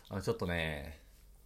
ちょっとね、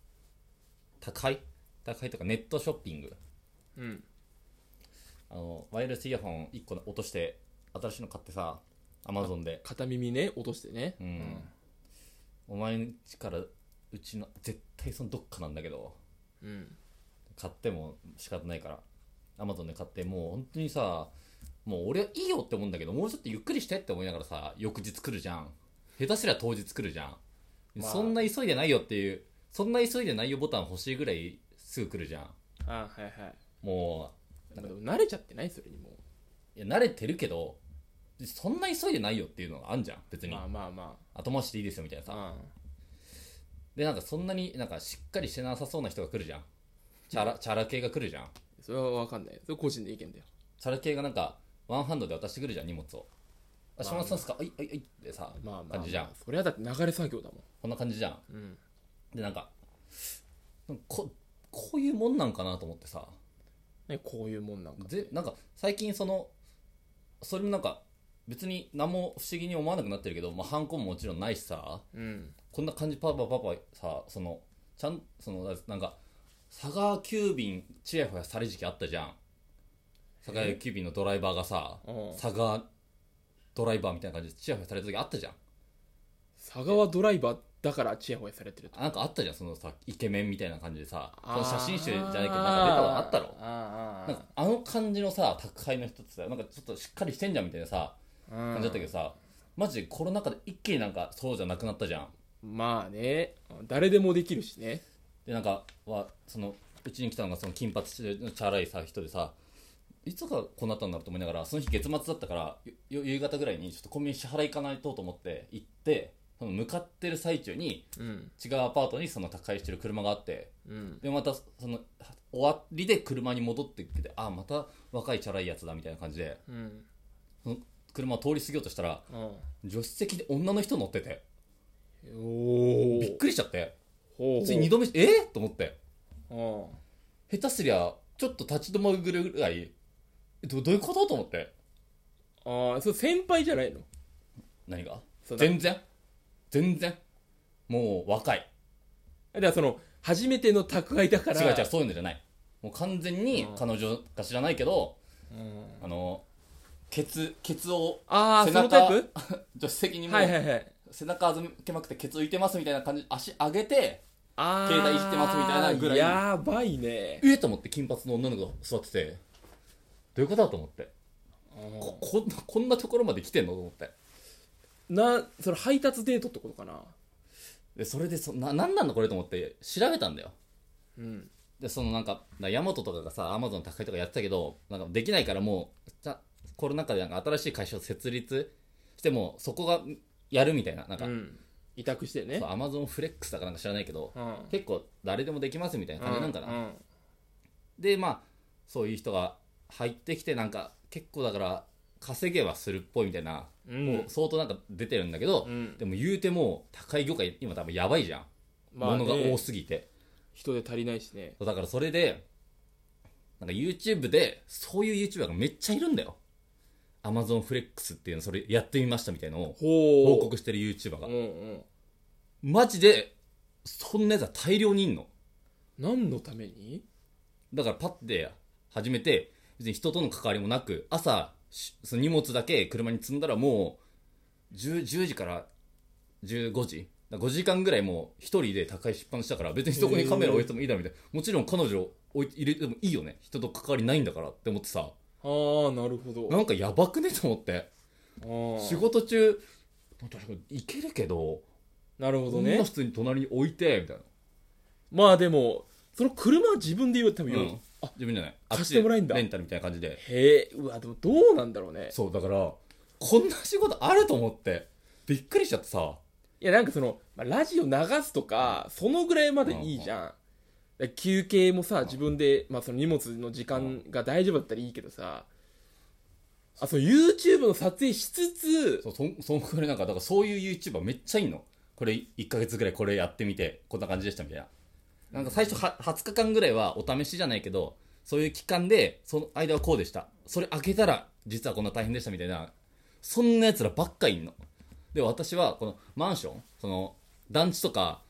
高いとかネットショッピング、 うん。 ワイヤレスイヤホン1個落として新しいの買ってさ、アマゾンで。 片耳ね、落としてね。 お前んちからうちの絶対そのどっかなんだけど、 うん。 買っても仕方ないからアマゾンで買って、もう本当にさ、もう俺はいいよって思うんだけど、もうちょっとゆっくりしてって思いながらさ、翌日来るじゃん。下手すりゃ当日来るじゃん、そんな急いでないよっていう、そんな急いでないよボタン欲しいぐらいすぐ来るじゃん。 はいはい。 もなんかでも慣れちゃってない？それにもいや慣れてるけど、そんな急いでないよっていうのがあんじゃん別に。後回しでいいですよみたいなさ。でなんかそんなになんかしっかりしてなさそうな人が来るじゃん。チャラ系が来るじゃん。 それは分かんない。それ個人で意見だよ。 チャラ系がなんかワンハンドで渡してくるじゃん、荷物を。島田さんっすか、あいあいあいってさ、感じじゃん。 それはだって流れ作業だもん。 こんな感じじゃん。 うん。 でなんかこういうもんなんかなと思ってさ。 ね、こういうもんなんかなんか最近それもなんか別に何も不思議に思わなくなってるけど、まあ、ハンコももちろんないしさ、 うん。 こんな感じパパさ、なんか佐川急便ちやほやされる時期あったじゃん。佐川急便のドライバーがさ、佐川ドライバーみたいな感じでちやほやされた時あったじゃん。 佐川ドライバーだからチヤホヤされてると。 なんかあったじゃん、そのさイケメンみたいな感じでさ、この写真集じゃないけどなんか出たのあったろ。なんかあの感じのさ宅配の人ってさ、なんかちょっとしっかりしてんじゃんみたいなさ感じだったけどさ、マジでコロナ禍で一気になんかそうじゃなくなったじゃん。 まあね、誰でもできるしね。 でなんかうちに来たのがその金髪のチャラいさ人でさ、いつかこうなったんだろうと思いながら、その日月末だったから夕方ぐらいにちょっとコンビニ支払い行かないと思って行って、その向かってる最中に違うアパートにその宅配してる車があって、でまたその終わりで車に戻ってきて、あまた若いチャラいやつだみたいな感じで、その車を通り過ぎようとしたら、助手席で女の人乗ってて、びっくりしちゃって、つい2度目と思って、下手すりゃちょっと立ち止まるぐらい、どういうことと思って。 それ先輩じゃないの？ 何が？全然もう若い。 だからその初めての宅配だから。 違うそういうのじゃない。もう完全に彼女か知らないけど、ケツを背そのタイプ助手席にも背中預けまくってケツ浮いてますみたいな感じで足上げて携帯いじってますみたいなぐらい。 やばいね。 と思って、金髪の女の子が座ってて、どういうことだと思って、こんなところまで来てんのと思って。 それ配達デートってことかな。 でそれでなんなんだこれと思って調べたんだよ。でなんかヤマトとかがさアマゾン宅配とかやってたけど、なんかできないから、もうコロナ禍でなんか新しい会社を設立してもそこがやるみたいな、なんか、 委託してね。 アマゾンフレックスだかなんか知らないけど、結構誰でもできますみたいな感じなんかな。でまあそういう人が入ってきて、なんか結構だから稼げはするっぽいみたいな、もう相当なんか出てるんだけど、でも言うても高い業界今多分やばいじゃん、物が多すぎて人で足りないしね。 だからそれでなんか YouTube でそういう YouTuber がめっちゃいるんだよ。 Amazon フレックスっていうの、それやってみましたみたいなのを報告してる YouTuber が、マジでそんなやつは大量にいんの。 何のために？ だからパッて始めて、別に人との関わりもなく、朝その荷物だけ車に積んだらもう 10時から15時5時間ぐらいもう一人で宅配出版したから、別にそこにカメラ置いてもいいだろみたいな。もちろん彼女を入れてもいいよね、人と関わりないんだからって思ってさ。 なるほど。 なんかやばくねと思って。仕事中いけるけど、 なるほどね。 こんな普通に隣に置いてみたいな。 まあでもその車は自分で言う多分自分じゃない、 貸してもらえんだ、 レンタルみたいな感じで。 うわ、でもどうなんだろうね。 そうだからこんな仕事あると思ってびっくりしちゃってさ。 いやなんかラジオ流すとかそのぐらいまでいいじゃん。休憩もさ自分で、その荷物の時間が大丈夫だったらいいけどさ、YouTube の撮影しつつ、 そんくらいなんか、だからそういう YouTuber めっちゃいんの。これ1ヶ月ぐらいこれやってみてこんな感じでしたみたいな。なんか最初20日間ぐらいはお試しじゃないけど、そういう期間でその間はこうでした、それ開けたら実はこんな大変でしたみたいな、そんなやつらばっかいんの。で私はこのマンション、その団地とか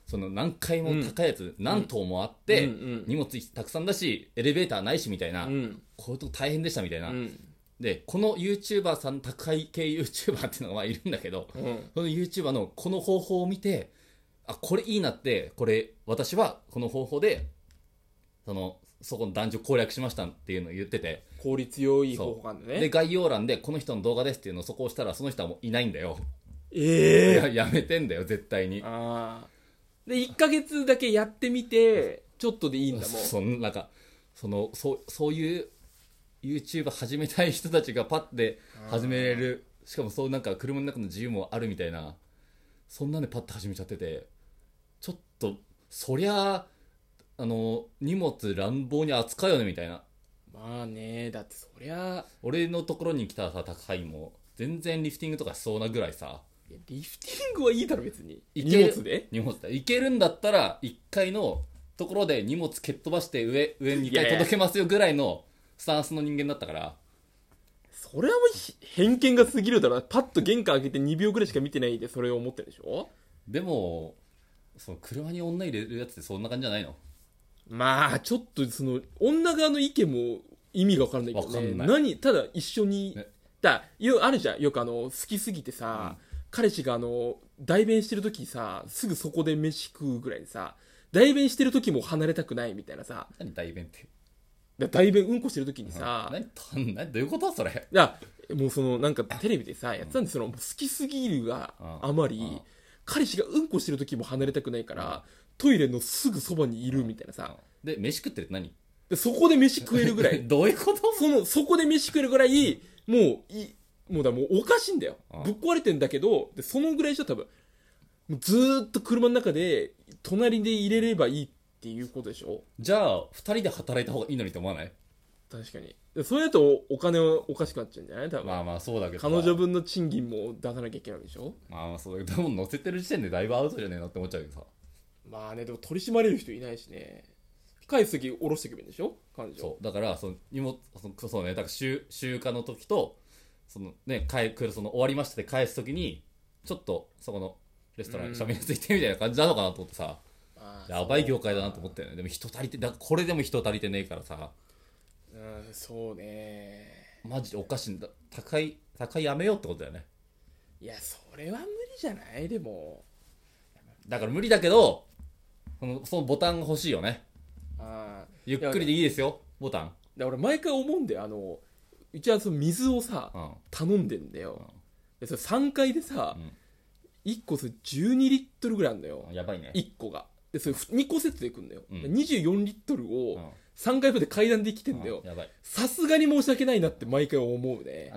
その何回も高いやつ、何頭もあって、荷物たくさんだしエレベーターないしみたいな、こういうとこ大変でしたみたいな、でこの YouTuber さん高い系 YouTuber っていうのがまあいるんだけど、その YouTuber のこの方法を見て、あこれいいなって、これ私はこの方法でそこの男女攻略しましたっていうのを言ってて、 効率よい方法なんだね。 で概要欄でこの人の動画ですっていうのをそこを押したらその人はもういないんだよ。やめてんだよ絶対に。 で1ヶ月だけやってみてちょっとでいいんだもん。 なんかそういう YouTube 始めたい人たちがパッて始めれる、しかもそうなんか車の中の自由もあるみたいな、そんなんでパッて始めちゃってて、ちょっとそりゃ荷物乱暴に扱うよねみたいな。 まあね、だってそりゃ俺のところに来たさ宅配も全然リフティングとかしそうなぐらいさ。 リフティングはいいだろ別に。 荷物でいけるんだったら1階のところで荷物蹴っ飛ばして上に2階届けますよぐらいのスタンスの人間だったから。 それはもう偏見が過ぎるだろ。パッと玄関開けて2秒ぐらいしか見てないでそれを思ってるでしょ。でもその車に女入れるやつってそんな感じじゃないの？ まあちょっとその女側の意見も意味が分からないけどね。ただ一緒に、ね、あるじゃん、よく好きすぎてさ、彼氏が代弁してる時さすぐそこで飯食うぐらいでさ、代弁してる時も離れたくないみたいなさ。 何代弁って？ 代弁うんこしてる時にさ、 どういうことそれ。 いやもうなんかテレビでさやってたんで、好きすぎるがあまり、彼氏がうんこしてる時も離れたくないから、トイレのすぐそばにいるみたいなさ。 で飯食ってるって何でそこで飯食えるぐらいどういうこと？ そこで飯食えるぐらいもうおかしいんだよ。ぶっ壊れてんだけど、でそのぐらいじゃ多分もうずーっと車の中で隣で入れればいいっていうことでしょ。 じゃあ2人で働いた方がいいのにと思わない？ 確かに。それだとお金はおかしくなっちゃうんじゃない？多分まあそうだけど、 彼女分の賃金も出さなきゃいけないわけでしょ。 まあそうだけど、でも乗せてる時点でだいぶアウトじゃねえのって思っちゃうけどさ。 まあね、でも取り締まれる人いないしね。返す時下ろしていけばいいんでしょ、彼女。 そうだからそうね、だから集荷の時とその終わりましたで返す時にちょっとそこのレストランにしゃべりついてみたいな感じなのかなと思ってさ、やばい業界だなと思ったよね。でも人足りて、これでも人足りてねえからさ。 そうね、 マジでおかしいんだ。高いやめようってことだよね。 いやそれは無理じゃない？でもだから無理だけどそのボタンが欲しいよね。ゆっくりでいいですよボタン。 俺毎回思うんだよ。うちはその水をさ、頼んでんだよ。でそれ3階でさ、1個それ12リットルぐらいあるんだよ。 やばいね。 1個がでそれ2個セットでいくんだよ、24リットルを3階まで階段で来てんだよ。さすがに申し訳ないなって毎回思うね。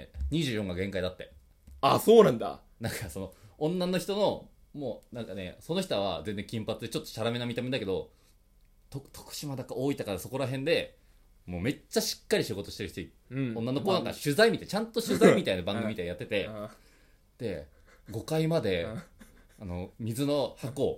24が限界だって。 そうなんだ。 なんか女の人のもうなんかね、その人は全然金髪でちょっとチャラめな見た目だけど、徳島だか大分からそこら辺でもうめっちゃしっかり仕事してる人、女の子なんか取材みたい、ちゃんと取材みたいな番組みたいやっててで5階まで水の箱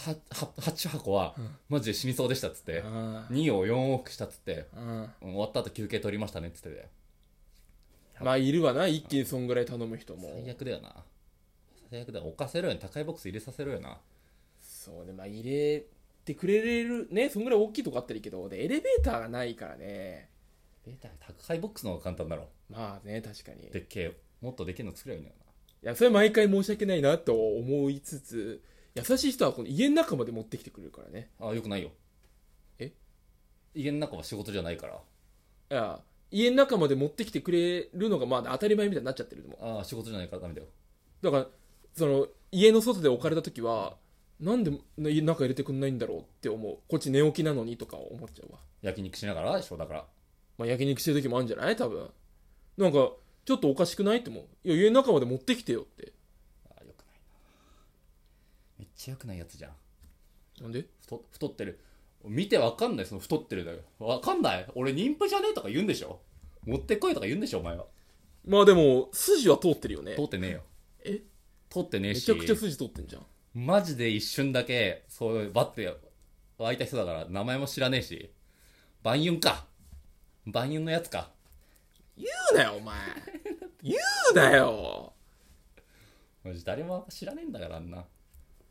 8箱はマジで死にそうでしたっつって2を4往復したっつって終わった後休憩取りましたねっつってて、 まあいるわな、一気にそんぐらい頼む人も。 最悪だよな。最悪だよ。置かせろよ、高いボックス入れさせろよな。 そうね、まあ入れてくれるね、そんぐらい大きいとこあったらいいけど、でエレベーターがないからね。エレベーター高いボックスの方が簡単だろ。 まあね、確かに。 でっけえ、もっとできるの作ればいいんだよな。 いやそれ毎回申し訳ないなと思いつつ、優しい人はこの家の中まで持ってきてくれるからね。 よくないよ。家の中は仕事じゃないから。 いや家の中まで持ってきてくれるのがまあ当たり前みたいになっちゃってる。でも仕事じゃないからダメだよ。 だから家の外で置かれた時はなんで家の中入れてくんないんだろうって思う。こっち寝起きなのにとか思っちゃうわ。 焼肉しながらでしょ。だからまあ焼肉してる時もあるんじゃない？多分なんかちょっとおかしくないって思う。いや家の中まで持ってきてよって。よくないな。めっちゃよくないやつじゃん。 なんで？ 太ってる。見てわかんない。その太ってるだよ。わかんない。俺妊婦じゃねえとか言うんでしょ。持ってこいとか言うんでしょお前は。 まあでも筋は通ってるよね。 通ってねえよ。通ってねえし。 めちゃくちゃ筋通ってんじゃん。 マジで一瞬だけそうバッて湧いた人だから名前も知らねえし。万ユンか。万ユンのやつか。 言うなよお前。言うなよ。 マジ誰も知らねえんだからあんな。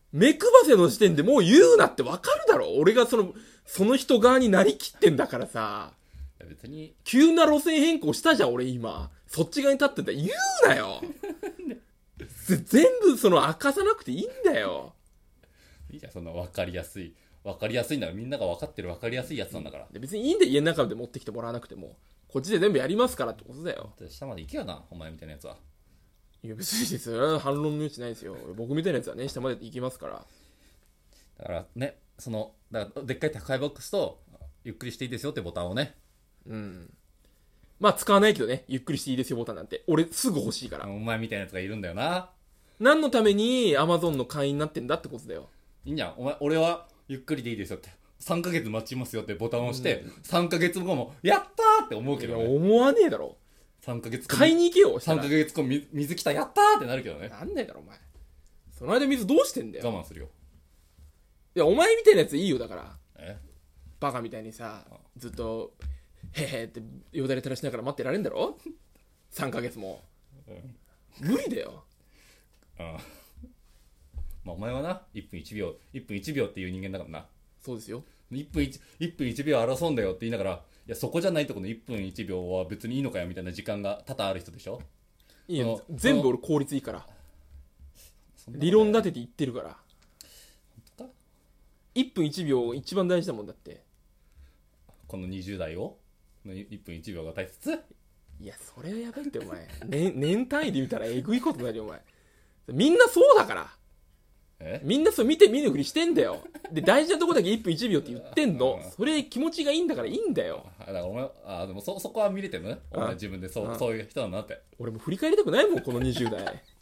目くばせの時点でもう言うなってわかるだろ。俺がその人側になりきってんだからさ。 別に急な路線変更したじゃん俺今。そっち側に立ってたら言うなよ。全部明かさなくていいんだよ。 いいじゃん、そんな分かりやすいんだから、みんなが分かってる分かりやすいやつなんだから。 で別にいいんだよ、家の中で持ってきてもらわなくても。こっちで全部やりますからってことだよ。 下まで行けよな、お前みたいなやつは。 いや別にですよ、反論の余地ないですよ。僕みたいなやつはね、下まで行きますから。 だからね、だからでっかい宅配ボックスとゆっくりしていいですよってボタンをね。 うん。まあ使わないけどね、ゆっくりしていいですよボタンなんて。俺すぐ欲しいから。 お前みたいなやつがいるんだよな。 何のために Amazon の会員になってんだってことだよ。 いいんじゃん、俺はゆっくりでいいですよって。3ヶ月待ちますよってボタンを押して、3ヶ月後も、やったーって思うけどね。 思わねえだろ。 3ヶ月後。 買いに行けよ。 3ヶ月後、水来た、やったーってなるけどね。 なんねえだろ、お前。その間水どうしてんだよ。 我慢するよ。 いや、お前みたいなやついいよ、だから。 えバカみたいにさ、ずっと、へへってよだれ垂らしながら待ってられんだろ ?3 ヶ月も。無理だよ。 まあ、お前はな、1分1秒っていう人間だからな。 そうですよ。 1分1秒争うんだよって言いながら、いや、そこじゃないとこの1分1秒は別にいいのかよみたいな時間が多々ある人でしょ。 いいよ、全部俺効率いいから。理論立てて言ってるから。 本当か ？1分1秒一番大事だもんだって。 この20代を1分1秒が大切。 いや、それはやばいってお前。年単位で見たらえぐいことになるよお前。みんなそうだから。みんなそう見て見ぬふりしてんだよ。で、大事なとこだけ1分1秒って言ってんの。それ気持ちがいいんだからいいんだよ。 だからお前、でもそこは見れてるのね。お前自分でそういう人なんだって。 俺も振り返りたくないもん、この20代。